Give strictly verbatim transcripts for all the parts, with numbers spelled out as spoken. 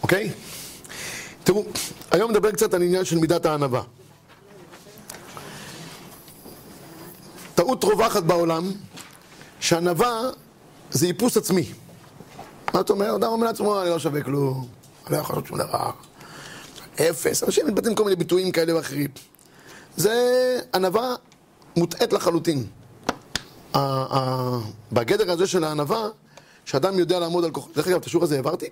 אוקיי? תראו, היום נדבר קצת על עניין של מידת הענווה. טעות רווחת בעולם, שהענווה זה איפוס עצמי. מה אתה אומר? אדם אומר לעצמו, אני לא שווה כלום, אני לא יכול לעשות שום דבר. אפס. אנשים מתבטאים כל מיני ביטויים כאלה ואחרים. זה ענווה מוטעת לחלוטין. בגדר הזה של הענווה, שאדם יודע לעמוד על כוחותיו, דרך אגב, את השיעור הזה העברתי?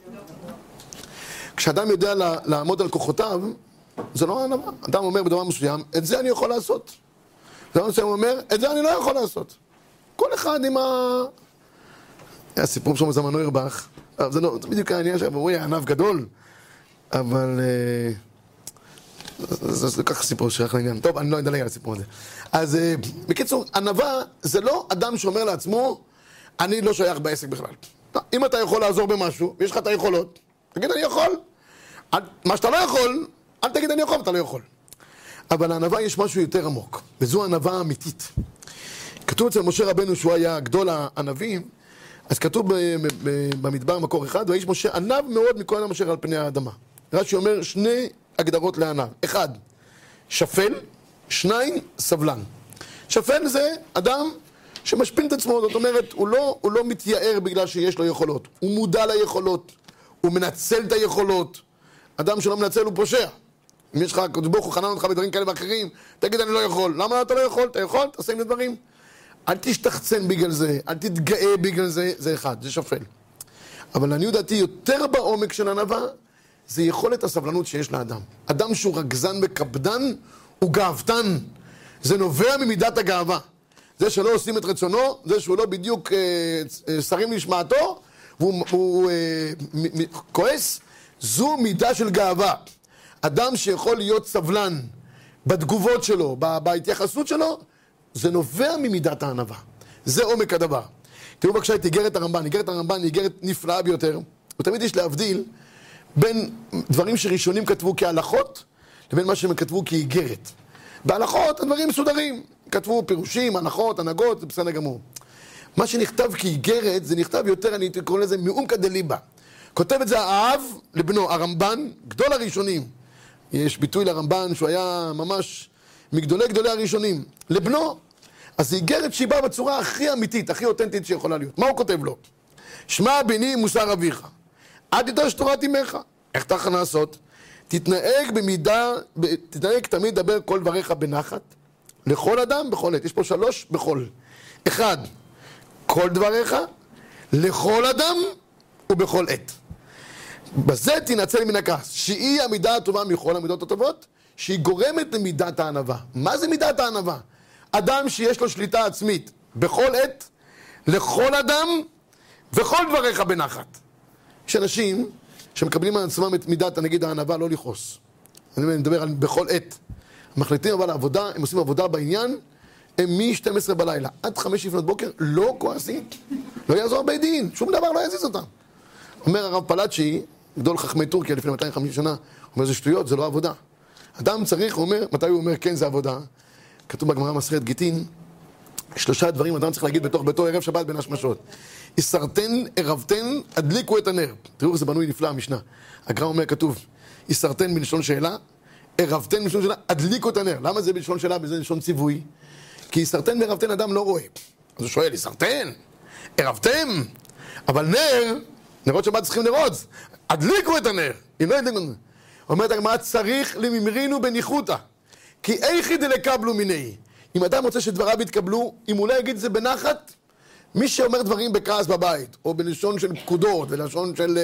כשאדם יודע לעמוד על כוחותיו, זה לא הענווה. אדם אומר בדבר מסוים, את זה אני יכול לעשות. בדבר מסוים אומר, את זה אני לא יכול לעשות. כל אחד עם ה... הסיפור שם זה מנוי רבח, זה לא, זה בדיוק העניין שם, הוא היה ענב גדול, אבל... זה ככה סיפור שייך לעניין. טוב, אני לא אדלג על הסיפור הזה. אז בקיצור, ענווה זה לא אדם שאומר לעצמו, אני לא שייך בעסק בכלל. אם אתה יכול לעזור במשהו, ויש לך את היכולות, תגיד אני יכול. מה שאתה לא יכול, אל תגיד אני יכול, אתה לא יכול. אבל לענווה יש משהו יותר עמוק, וזו ענווה אמיתית. כתוב אצל משה רבנו שהוא היה גדול הענבים, אז כתוב במדבר מקור אחד, והאיש משה ענב מאוד מכל אדם אשר על פני האדמה. רש"י אומר שני הגדרות לענב. אחד, שפל, שניים, סבלן. שפל זה אדם שמשפין את עצמו, זאת אומרת, הוא לא, הוא לא מתייער בגלל שיש לו יכולות. הוא מודע ליכולות, הוא מנצל את היכולות. אדם שלא מנצל הוא פושע. אם יש לך, ברוך הוא חנן אותך בדברים כאלה ואחרים, תגיד אני לא יכול. למה אתה לא יכול? אתה יכול? תעשה עם הדברים. אל תשתחצן בגלל זה, אל תתגאה בגלל זה, זה אחד, זה שפל. אבל אני יודעתי יותר בעומק של ענווה, זה יכולת הסבלנות שיש לאדם. אדם שהוא רגזן וקפדן, הוא גאוותן. זה נובע ממידת הגאווה. זה שלא עושים את רצונו, זה שהוא לא בדיוק אה, אה, שרים לשמעתו, והוא הוא, אה, מ, מ, כועס, זו מידה של גאווה. אדם שיכול להיות סבלן בתגובות שלו, ב, בהתייחסות שלו, זה נובע ממידת הענווה. זה עומק הדבר. תראו בבקשה את איגרת הרמב"ן. איגרת הרמב"ן היא איגרת נפלאה ביותר. ותמיד יש להבדיל בין דברים שראשונים כתבו כהלכות, לבין מה שהם כתבו כאיגרת. בהלכות הדברים מסודרים. כתבו פירושים, הנחות, הנהגות, זה בסדר גמור. מה שנכתב כאיגרת, זה נכתב יותר, אני קורא לזה מעומקא דליבא. כותב את זה האב לבנו, הרמב"ן, גדול הראשונים. יש ביטוי לרמב"ן שהוא היה ממש מגדולי גדולי הראשונים. לבנו, אז זה איגרת שהיא באה בצורה הכי אמיתית, הכי אותנטית שיכולה להיות. מה הוא כותב לו? שמע בני מוסר אביך, אל תיטוש תורת אמך. איך אתה לעשות? תתנהג במידה, תתנהג תמיד דבר כל דבריך בנחת, לכל אדם בכל עת. יש פה שלוש בכל. אחד, כל דבריך, לכל אדם ובכל עת. בזה תנצל מן הכעס, שהיא המידה הטובה מכל המידות הטובות, שהיא גורמת למידת הענווה. מה זה מידת הענווה? אדם שיש לו שליטה עצמית בכל עת, לכל אדם וכל דבריך בנחת. יש אנשים שמקבלים על עצמם את מידת, נגיד, הענווה, לא לכעוס. אני מדבר על בכל עת. מחליטים אבל לעבודה, הם עושים עבודה בעניין, הם מ-שתים עשרה בלילה עד חמש לפנות בוקר, לא כועסים. לא יעזור בית דין, שום דבר לא יזיז אותם. אומר הרב פלאצ'י, גדול חכמי טורקיה לפני מאתיים וחמישים שנה, אומר זה שטויות, זה לא עבודה. אדם צריך, הוא אומר, מתי הוא אומר כן זה עבודה? כתוב בגמרא מסכת גיטין, שלושה דברים אדם צריך להגיד בתוך ביתו ערב שבת בין השמשות. יסרטן, ערבתן, הדליקו את הנר. תראו איך זה בנוי נפלא המשנה. הגר"א אומר כתוב, יסרטן בלשון שאלה, ערבתן בלשון שאלה, הדליקו את הנר. למה זה בלשון שאלה וזה בלשון ציווי? כי יסרטן וערבתן אדם לא רואה. אז הוא שואל, יסרטן, ערבתם, אבל נר, נרות שבת צריכים נרות, הדליקו את הנר. אם לא הדליקו את הנר. אומרת הגמרא, צריך לממרינו בניחותא, כי איכי דלקבלו מיני. אם אדם רוצה שדבריו יתקבלו, אם הוא לא יגיד זה בנחת, מי שאומר דברים בכעס בבית, או בלשון של פקודות, בלשון של...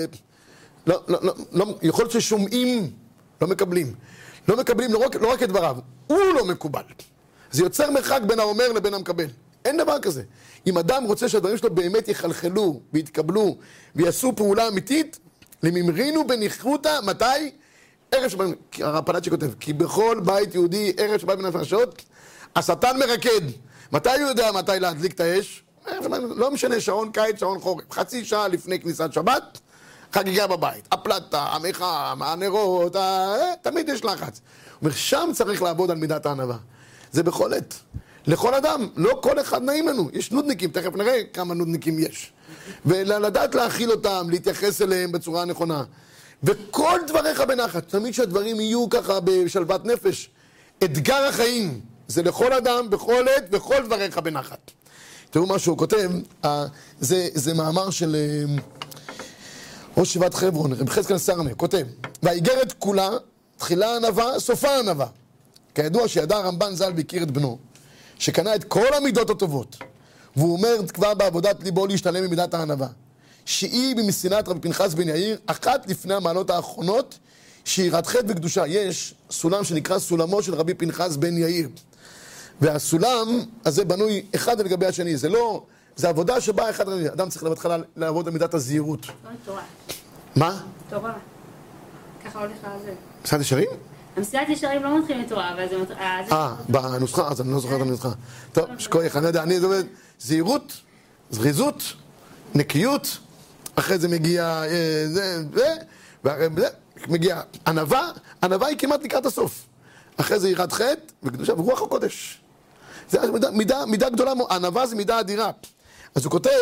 לא, לא, לא, לא, יכול להיות ששומעים, לא מקבלים. לא מקבלים לא רק, לא רק את דבריו, הוא לא מקובל. זה יוצר מרחק בין האומר לבין המקבל. אין דבר כזה. אם אדם רוצה שהדברים שלו באמת יחלחלו, ויתקבלו, ויעשו פעולה אמיתית, לממרינו בניחותא, מתי? ערב שבת, הרב פלאצ'י כותב, כי בכל בית יהודי, ערב שבת בין השעות, השטן מרקד. מתי הוא יודע מתי להדליק את האש? לא משנה, שעון קיץ, שעון חורף. חצי שעה לפני כניסת שבת, חגיגה בבית. הפלטה, המחם, הנרות, ה... תמיד יש לחץ. ושם צריך לעבוד על מידת הענווה. זה בכל עת. לכל אדם, לא כל אחד נעים לנו, יש נודניקים, תכף נראה כמה נודניקים יש. ולדעת להכיל אותם, להתייחס אליהם בצורה הנכונה. וכל דבריך בנחת, תמיד שהדברים יהיו ככה בשלוות נפש. אתגר החיים, זה לכל אדם, בכל עת, וכל דבריך בנחת. תראו מה שהוא כותב, זה, זה מאמר של ראש ישיבת חברון, רב חזקאל סרנה, כותב, והאיגרת כולה, תחילה ענווה, סופה ענווה. כידוע שידע הרמב"ן ז"ל והכיר את בנו, שקנה את כל המידות הטובות, והוא אומר כבר בעבודת ליבו להשתלם ממידת הענווה, שהיא במסילת רבי פנחס בן יאיר, אחת לפני המעלות האחרונות, שיראת חטא וקדושה. יש סולם שנקרא סולמו של רבי פנחס בן יאיר, והסולם הזה בנוי אחד לגבי השני, זה לא, זה עבודה שבה אחד לגבי, אדם צריך בהתחלה לעבוד על מידת הזהירות. לא תורה. מה? תורה. ככה הולך על זה. מסילת ישרים? המסילת ישרים לא מתחילים לתורה, אבל זה... אה, בנוסחה, אז אני לא זוכר את הנוסחה. טוב, שכוח, אני לא יודע, אני זוכר, זהירות, זריזות, נקיות, אחרי זה מגיע, זה, זה, וזה, מגיע ענווה, ענווה היא כמעט לקראת הסוף. אחרי זה יראת חטא וקדושה ורוח הקודש. זה מידה, מידה, מידה גדולה, ענווה זה מידה אדירה. אז הוא כותב,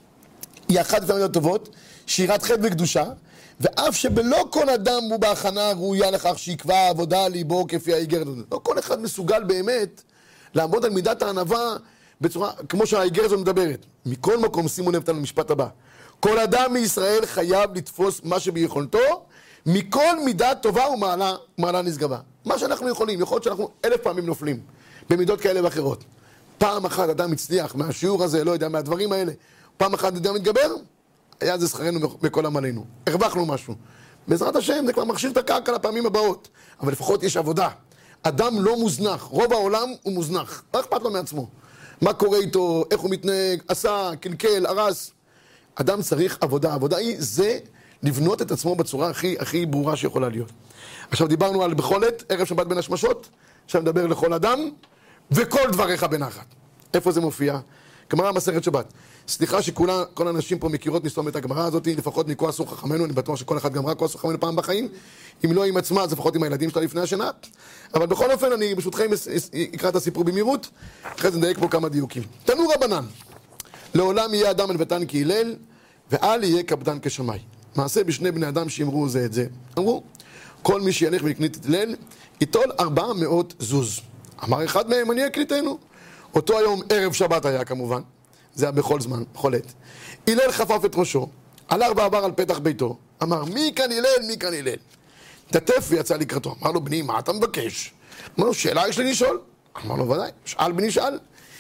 היא אחת לפני מידות טובות, שיראת חטא וקדושה, ואף שבלא כל אדם הוא בהכנה ראויה לכך שיקבע עבודה ליבו כפי האיגרת. לא כל אחד מסוגל באמת לעמוד על מידת הענווה בצורה, כמו שהאיגרת הזאת מדברת. מכל מקום, שימו לב על המשפט הבא. כל אדם מישראל חייב לתפוס מה שביכולתו, מכל מידה טובה ומעלה, מעלה נשגבה. מה שאנחנו יכולים, יכול להיות שאנחנו אלף פעמים נופלים, במידות כאלה ואחרות. פעם אחת אדם הצליח מהשיעור הזה, לא יודע, מהדברים האלה, פעם אחת אדם מתגבר, היה זה שכרנו בכל עמלנו. הרווחנו משהו. בעזרת השם זה כבר מכשיר את הקרקע לפעמים הבאות, אבל לפחות יש עבודה. אדם לא מוזנח, רוב העולם הוא מוזנח, לא אכפת לו מעצמו. מה קורה איתו, איך הוא מתנהג, עשה, קלקל, הרס. אדם צריך עבודה. העבודה היא זה לבנות את עצמו בצורה הכי, הכי ברורה שיכולה להיות. עכשיו דיברנו על בכל עת, ערב שבת בין השמשות, עכשיו נדבר לכל אדם, וכל דבריך בנחת. איפה זה מופיע? גמרא מסכת שבת. סליחה שכל האנשים פה מכירות מסתום את הגמרא הזאת, לפחות מכוח סור חכמנו, אני בטוח שכל אחד גמרה כוח סור חכמנו פעם בחיים, אם לא עם עצמה, אז לפחות עם הילדים שלה לפני השינה. אבל בכל אופן, אני ברשותכם אקרא את הסיפור במהירות, אחרי זה נדייק פה כמה דיוקים. תנו רבנן, לעולם יהיה אדם ענוותן כהלל, ואל יהיה קפדן כשמאי. מעשה בשני בני אדם שאמרו זה את זה. אמרו, כל מי שילך ויקנית את הלל, ייטול ארבע מאות זוז. אמר אחד מהם, אני אקניתנו. אותו היום ערב שבת היה כמובן, זה היה בכל זמן, בכל עת. הלל חפף את ראשו, הלך ועבר על פתח ביתו, אמר, מי כאן הלל, מי כאן הלל? תטף ויצא לקראתו, אמר לו, בני, מה אתה מבקש? אמר לו, שאלה יש לי לשאול? אמר לו, ודאי, שאל בני שאל.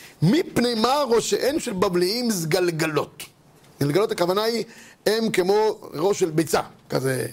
מפני מה ראשיהם של בבליים גלגלות? גלגלות הכוונה היא, הם כמו ראש של ביצה, כזה.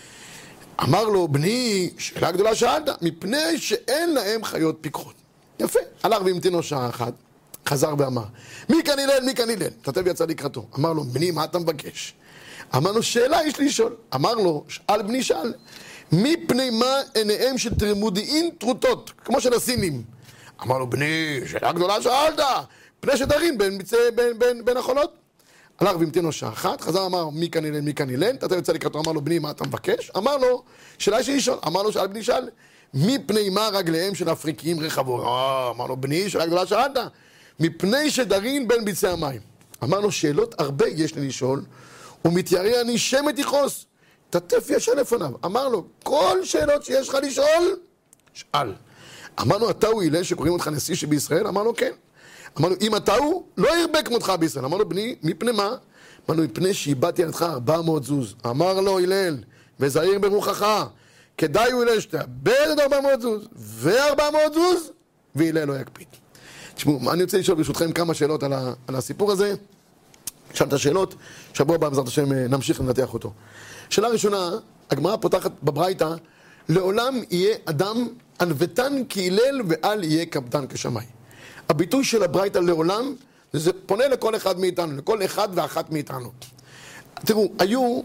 אמר לו, בני, שאלה גדולה שאלת, מפני שאין להם חיות פיקחות. יפה, הלך והמתינו שעה אחת, חזר ואמר, מי כאן הלל, מי כאן הלל? תטב יצא לקראתו. אמר לו, בני, מה אתה מבקש? אמר לו, שאלה יש לי לשאול. אמר לו, שאל בני שאל, מפני מה עיניהם של תרמודיים טרוטות, כמו של הסינים? אמר לו, בני, שאלה גדולה שאלת, פני שדרים בין, בין, בין, בין החולות. הלך והמתינו שעה אחת, חזר ואמר, מי כאן הלל, מי כאן הלל? תטב יצא לקראתו, אמר לו, בני, מה אתה מבקש? אמר לו, שאלה יש לי לשאול. אמר לו, שאל בני שאל, מפני מה רגליהם של אפריקיים רחבות? אה, אמר לו, בני, שאלה גדולה שאלת, מפני שדרין בין ביצי המים. אמר לו, שאלות הרבה יש לי לשאול, ומתיירא אני שמת יכעוס. תטף ישן לפניו. אמר לו, כל שאלות שיש לך לשאול, שאל. אמר לו, אתה הוא הלל שקוראים אותך נשיא שבישראל? אמר לו, כן. אמר לו, אם אתה הוא, לא ירבה כמותך בישראל. אמר לו, בני, מפני מה? אמר לו, מפני שאיבדתי עליך ארבע מאות זוז. אמר לו, הלל, וזהיר ברוחך, כדאי הוא הלל שתאבד את ארבע מאות זוז, ו-ארבע מאות זוז, והלל לא יקפיד. תשמעו, אני רוצה לשאול ברשותכם כמה שאלות על, ה, על הסיפור הזה. שאל את השאלות, שבוע הבא בעזרת השם נמשיך לנתח אותו. שאלה ראשונה, הגמרא פותחת בברייתא, לעולם יהיה אדם ענוותן כהלל ואל יהיה קפדן כשמאי. הביטוי של הברייתא לעולם, זה פונה לכל אחד מאיתנו, לכל אחד ואחת מאיתנו. תראו, היו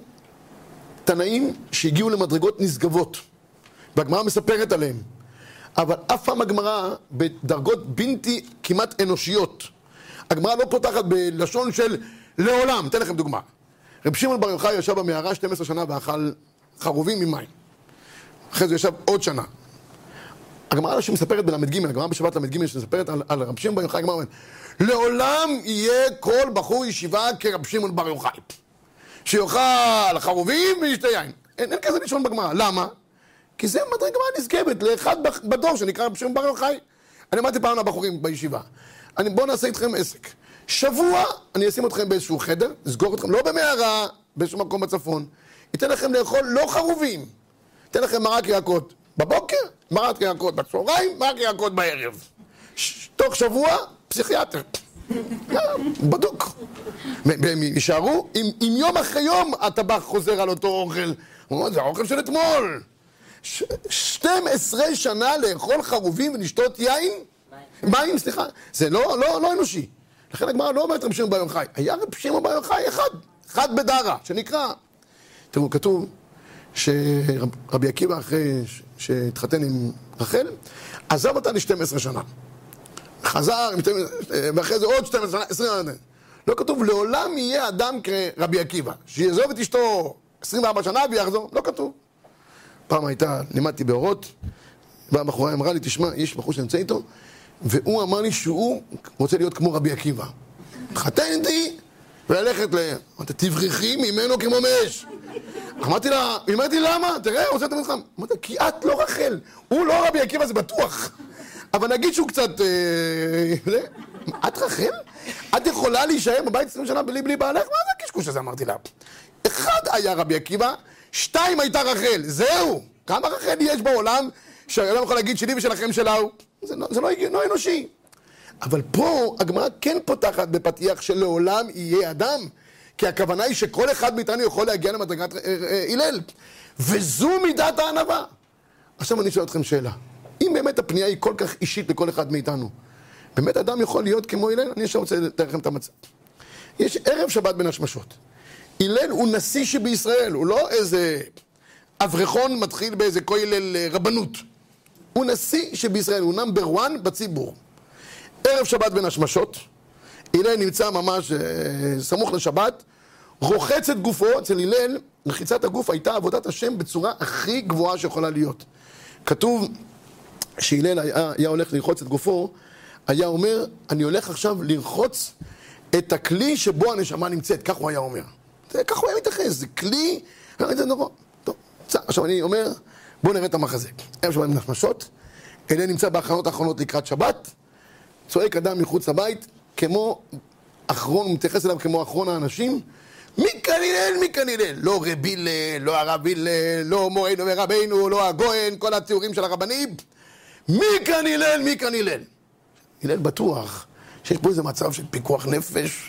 תנאים שהגיעו למדרגות נשגבות, והגמרא מספרת עליהם. אבל אף פעם הגמרא בדרגות בלתי כמעט אנושיות. הגמרא לא פותחת בלשון של לעולם. אתן לכם דוגמה. רב שמעון בר יוחאי ישב במערה שתים עשרה שנה ואכל חרובים ממים. אחרי זה ישב עוד שנה. הגמרא שמספרת בלמד ג', הגמרא בשבת למד ג' שמספרת על, על רב שמעון בר יוחאי, הגמרא אומרת, לעולם יהיה כל בחור ישיבה כרב שמעון בר יוחאי. שיאכל חרובים וישתה יין. אין, אין כזה לישון בגמרא. למה? כי זה מדרגה נזכרת לאחד בדור שנקרא רב שמעון בר יוחאי. אני אמרתי פעם לבחורים בישיבה, אני, בואו נעשה איתכם עסק. שבוע אני אשים אתכם באיזשהו חדר, נסגור אתכם, לא במערה, באיזשהו מקום בצפון. ייתן לכם לאכול לא חרובים. ייתן לכם מרק ירקות בבוקר, מרק ירקות בצהריים, מרק ירקות בערב. ש- תוך שבוע, פסיכיאטר. בדוק. והם יישארו, אם, אם יום אחרי יום הטבח חוזר על אותו אוכל. הוא אומר, זה האוכל של אתמול. ש- שתים עשרה שנה לאכול חרובים ולשתות יין? מים. מים, סליחה. זה לא, לא, לא אנושי. לכן הגמרא לא אומרת רב שמעון בר יוחאי. היה רב שמעון בר יוחאי אחד, אחד בדרה, שנקרא. תראו, כתוב שרבי עקיבא אחרי שהתחתן עם רחל, עזב אותה ל-שתים עשרה שנה. חזר, ואחרי זה עוד שתים עשרה שנה, עשרים שנה. לא כתוב, לעולם יהיה אדם כרבי עקיבא, שיעזוב את אשתו עשרים וארבע שנה ויחזור, לא כתוב. פעם הייתה, לימדתי באורות, והבחורה אמרה לי, תשמע, יש בחור שנמצא איתו, והוא אמר לי שהוא רוצה להיות כמו רבי עקיבא. התחתן איתי וללכת ל... אמרתי, תבריחי ממנו כמו מאש. אמרתי לה, היא אמרתי, למה? תראה, הוא עושה את המלחם. אמרתי, כי את לא רחל. הוא לא רבי עקיבא, זה בטוח. אבל נגיד שהוא קצת... את רחל? את יכולה להישאר בבית עשרים שנה בלי בלי בעלך? מה זה הקשקוש הזה? אמרתי לה. אחד היה רבי עקיבא, שתיים הייתה רחל. זהו. כמה רחל יש בעולם שהאדם יכול להגיד שלי ושלכם שלהו? זה לא, זה לא, לא אנושי. אבל פה הגמרא כן פותחת בפתיח שלעולם יהיה אדם, כי הכוונה היא שכל אחד מאיתנו יכול להגיע למדרגת הלל. וזו מידת הענווה. עכשיו אני שואל אתכם שאלה. אם באמת הפנייה היא כל כך אישית לכל אחד מאיתנו, באמת אדם יכול להיות כמו הלל? אני עכשיו רוצה לתאר לכם את המצב. יש ערב שבת בין השמשות. הלל הוא נשיא שבישראל, הוא לא איזה אברכון מתחיל באיזה כולל רבנות. הוא נשיא שבישראל, הוא נאמבר וואן בציבור. ערב שבת בין השמשות, הלל נמצא ממש אה, סמוך לשבת, רוחץ את גופו. אצל הלל, רחיצת הגוף הייתה עבודת השם בצורה הכי גבוהה שיכולה להיות. כתוב שהלל היה, היה הולך לרחוץ את גופו, היה אומר, אני הולך עכשיו לרחוץ את הכלי שבו הנשמה נמצאת. כך הוא היה אומר. זה, כך הוא היה מתייחס, זה כלי, זה נורא. טוב, עכשיו אני אומר, בואו נראה את המחזה. ערב שבת בין השמשות, הלל נמצא בהכנות האחרונות לקראת שבת, צועק אדם מחוץ לבית, כמו אחרון, הוא מתייחס אליו כמו אחרון האנשים, מי כאן הלל, מי כאן הלל? לא רבי הלל, לא הרב הלל, לא מורנו ורבינו, לא הגויין, כל התיאורים של הרבנים. מי כאן הלל, מי כאן הלל? הלל בטוח שיש פה איזה מצב של פיקוח נפש,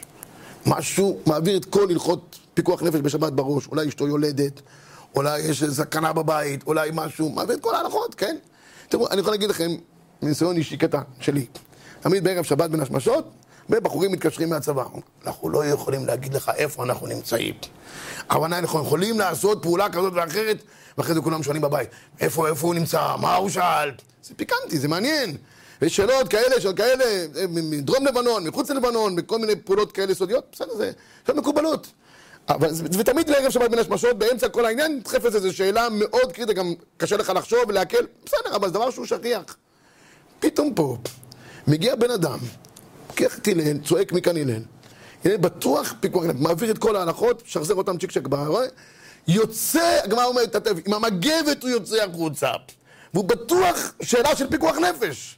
משהו מעביר את כל הלכות פיקוח נפש בשבת בראש, אולי אשתו יולדת, אולי יש סכנה בבית, אולי משהו, מעביר את כל ההלכות, כן? תראו, אני יכול להגיד לכם, מניסיון אישי קטן שלי, תמיד בערב שבת בין השמשות, ובחורים מתקשרים מהצבא. אנחנו לא יכולים להגיד לך איפה אנחנו נמצאים. אבל אנחנו יכולים לעשות פעולה כזאת ואחרת, ואחרי זה כולם שואלים בבית, איפה, איפה הוא נמצא, מה הוא שאל? זה פיקנטי, זה מעניין. ויש שאלות כאלה, של כאלה, מדרום לבנון, מחוץ ללבנון, בכל מיני פעולות כאלה סודיות, בסדר, זה שאלות מקובלות. אבל, ותמיד לערב שבת בין השמשות, באמצע כל העניין, נדחף לזה, זו שאלה מאוד קריטית, גם קשה לך לחשוב ולהקל, בסדר, אבל זה דבר שהוא שכיח. פתאום פה, מגיע בן אדם, לוקח את הלל, צועק מכאן הלל, הלל בטוח פיקוח נפש, מעביר את כל ההלכות, שחזר אותם צ'יק צ'ק בהרואה, יוצא, הגמרא אומרת, תתב, עם המגבת הוא יוצא החוצה, והוא בטוח שאלה של פיקוח נפש.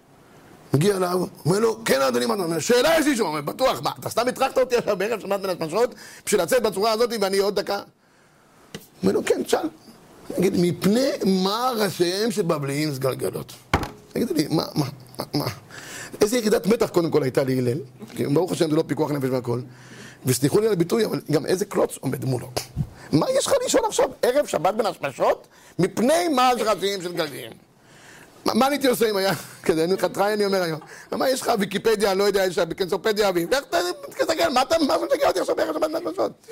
מגיע אליו, אומר לו, כן אדוני, שאלה יש לי שהוא, אומר, בטוח, מה, אתה סתם התרחת אותי עכשיו בערב שבת בין השמשות, בשביל לצאת בצורה הזאת ואני עוד דקה? אומר לו, כן, תשאל. נגיד, מפני מה ראשיהם של בבליים סגלגלות? תגידו לי, מה, מה, מה, מה? איזה ירידת מתח קודם כל הייתה לי הלל, כי ברוך השם זה לא פיקוח נפש והכל, וסליחו לי על הביטוי, אבל גם איזה קלוץ עומד מולו. מה יש לך לשאול עכשיו ערב שבת בין השמשות? מפני מה ראשיהם של גלגלים? מה אני הייתי עושה אם היה, כזה, אני חתראי אני אומר היום, מה יש לך ויקיפדיה, אני לא יודע, יש לך בקנסופדיה, ואיך אתה תסתכל, מה אתה משגע אותי עכשיו בערב שבת בין השמשות?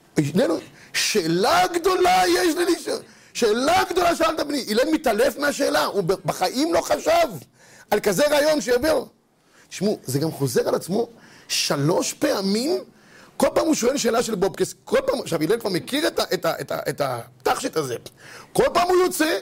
שאלה גדולה יש לי לשאול, שאלה גדולה שאלת בני, הלל מתעלף מהשאלה, הוא בחיים לא חשב על כזה רעיון שיעבר. תשמעו, זה גם חוזר על עצמו שלוש פעמים, כל פעם הוא שואל שאלה של בובקס, כל פעם, עכשיו הלל כבר מכיר את התכשיט הזה, כל פעם הוא יוצא,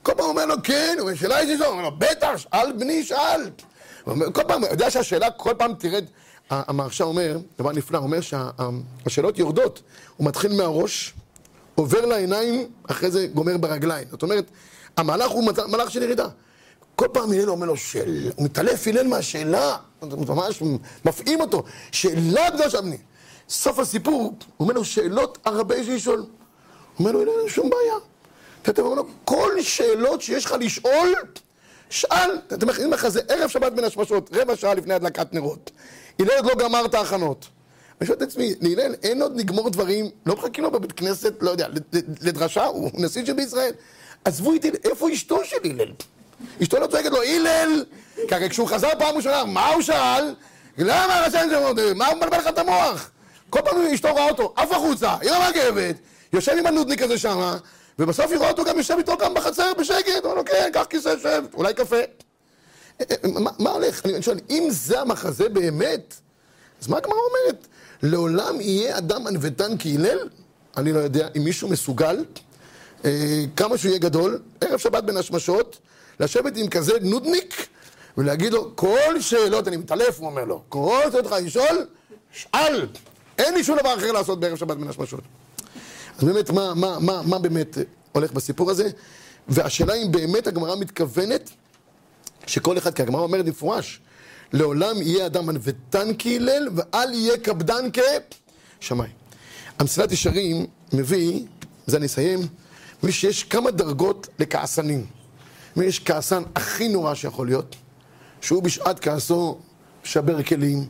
כל פעם הוא אומר לו, כן, הוא אומר, שאלה יש לשאול, הוא אומר לו, בטח, שאל בני, שאל. כל פעם, הוא יודע שהשאלה, כל פעם תרד, המהרש"א אומר, דבר נפלא, הוא אומר שהשאלות יורדות, הוא מתחיל מהראש, עובר לעיניים, אחרי זה גומר ברגליים. זאת אומרת, המהלך הוא מהלך של ירידה. כל פעם הלל אומר לו, שאלה, הוא מתעלף הלל מהשאלה, הוא ממש מפעים אותו, שאלה קדושה בני. סוף הסיפור, הוא אומר לו, שאלות הרבה יש לשאול. הוא אומר לו, אין שום בעיה. אתה אומר לו, כל שאלות שיש לך לשאול, שאל. אתה מכין לך, זה ערב שבת בין השמשות, רבע שעה לפני הדלקת נרות. הלל עוד לא גמר את ההכנות. אני שואל את עצמי, להלל אין עוד נגמור דברים, לא מחכים לו בבית כנסת, לא יודע, לדרשה, הוא נשיא שבישראל. עזבו איתי, איפה אשתו של הלל? אשתו לא צועקת לו, הלל, כי כשהוא חזר פעם ראשונה, מה הוא שאל? למה הרשן שלו, מה הוא מבלבל לך את המוח? כל פעם אשתו רואה אותו, עף החוצה, היא המגבת, יושב עם הנודניק הזה שם, ובסוף היא רואה אותו גם יושב איתו גם בחצר בשקט, אומר לו, כן, קח כיסא, שב, אולי קפה. מה, מה הולך? אני שואל, אם זה המחזה באמת, אז מה הגמרא אומרת? לעולם יהיה אדם ענוותן כהלל? אני לא יודע אם מישהו מסוגל, אה, כמה שהוא יהיה גדול, ערב שבת בין השמשות, לשבת עם כזה נודניק, ולהגיד לו, כל שאלות, אני מתעלף, הוא אומר לו, כל שאלות לך לשאול, שאל. אין לי שום דבר אחר לעשות בערב שבת בין השמשות. אז באמת, מה, מה, מה, מה באמת הולך בסיפור הזה? והשאלה אם באמת הגמרא מתכוונת שכל אחד, כי הגמרא אומרת מפורש, לעולם יהיה אדם ענוותן כהלל ואל יהיה קפדן כשמאי. המסילת ישרים מביא, בזה אני אסיים, מביא שיש כמה דרגות לכעסנים. ויש כעסן הכי נורא שיכול להיות, שהוא בשעת כעסו שבר כלים,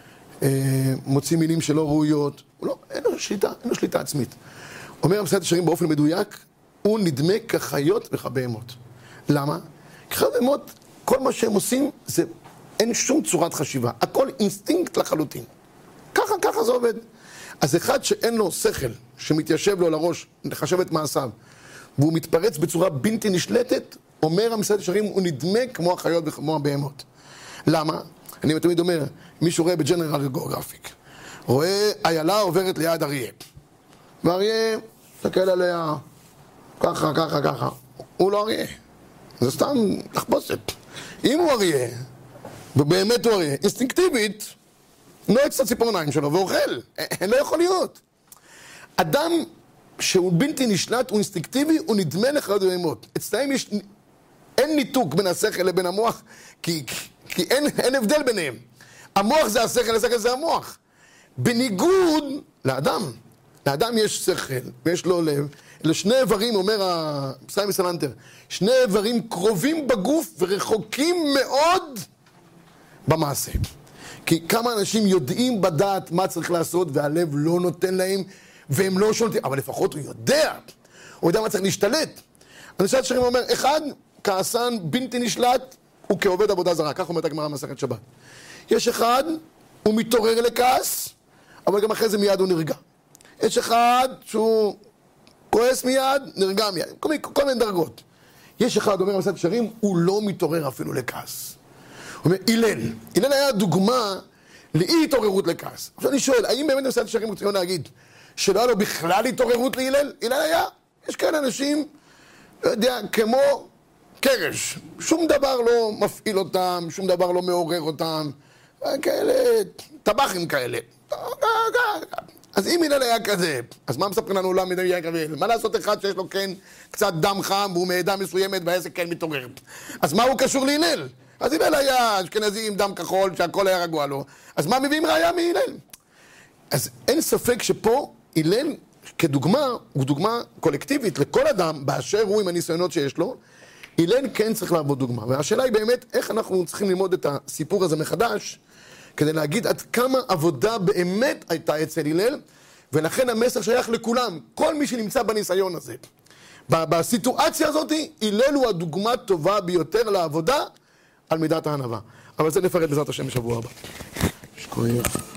מוציא מילים שלא ראויות, הוא לא, אין לו שליטה, אין לו שליטה עצמית. אומר המסילת ישרים באופן מדויק, הוא נדמה כחיות וכבהמות. למה? כבהמות, כל מה שהם עושים, זה אין שום צורת חשיבה. הכל אינסטינקט לחלוטין. ככה, ככה זה עובד. אז אחד שאין לו שכל, שמתיישב לו לראש, לחשב את מעשיו, והוא מתפרץ בצורה בלתי נשלטת, אומר המסילת ישרים, הוא נדמה כמו החיות וכמו הבהמות. למה? אני תמיד אומר, מישהו רואה בג'נרל גיאוגרפיק, רואה איילה עוברת ליד אריה. ואריה, תקל עליה, ככה, ככה, ככה. הוא לא אריה. זה סתם תחפושת. אם הוא אריה, ובאמת הוא אריה, אינסטינקטיבית, נועץ את הציפורניים שלו ואוכל. אין לא יכול להיות. אדם שהוא בלתי נשלט, הוא אינסטינקטיבי, הוא נדמה לחיות ובהמות. אצלהם יש, אין ניתוק בין השכל לבין המוח, כי, כי אין, אין הבדל ביניהם. המוח זה השכל, השכל זה המוח. בניגוד לאדם. לאדם יש שכל, ויש לו לב. אלה שני איברים, אומר סיימון סלנטר, שני איברים קרובים בגוף ורחוקים מאוד במעשה. כי כמה אנשים יודעים בדעת מה צריך לעשות, והלב לא נותן להם, והם לא שולטים, אבל לפחות הוא יודע, הוא יודע מה צריך להשתלט. המסילת ישרים אומר, אחד, כעסן בלתי נשלט, הוא כעובד עבודה זרה, כך אומרת הגמרא במסכת שבת. יש אחד, הוא מתעורר לכעס, אבל גם אחרי זה מיד הוא נרגע. יש אחד שהוא כועס מיד, נרגע מיד, כל מיני, כל מיני דרגות. יש אחד, אומר המסילת ישרים, הוא לא מתעורר אפילו לכעס. הוא אומר, הלל, הלל היה דוגמה לאי התעוררות לכעס. עכשיו אני שואל, האם באמת המסילת ישרים רוצים להגיד שלא היה לו בכלל התעוררות להלל? הלל היה, יש כאלה אנשים, לא יודע, כמו קרש, שום דבר לא מפעיל אותם, שום דבר לא מעורר אותם, כאלה, טבחים כאלה. אז אם הלל היה כזה, אז מה מספרים לנו עולם מדי יקבל? מה לעשות אחד שיש לו כן קצת דם חם והוא מעדה מסוימת והעסק כן מתעורר? אז מה הוא קשור להלל? אז הלל היה אשכנזי עם דם כחול שהכל היה רגוע לו, אז מה מביאים ראיה מהלל? אז אין ספק שפה הלל כדוגמה, הוא דוגמה קולקטיבית לכל אדם באשר הוא עם הניסיונות שיש לו, הלל כן צריך לעבוד דוגמה. והשאלה היא באמת איך אנחנו צריכים ללמוד את הסיפור הזה מחדש, כדי להגיד עד כמה עבודה באמת הייתה אצל הלל, ולכן המסר שייך לכולם, כל מי שנמצא בניסיון הזה. בסיטואציה הזאת, הלל הוא הדוגמה הטובה ביותר לעבודה על מידת הענווה. אבל זה נפרט בעזרת השם בשבוע הבא. שקוייך.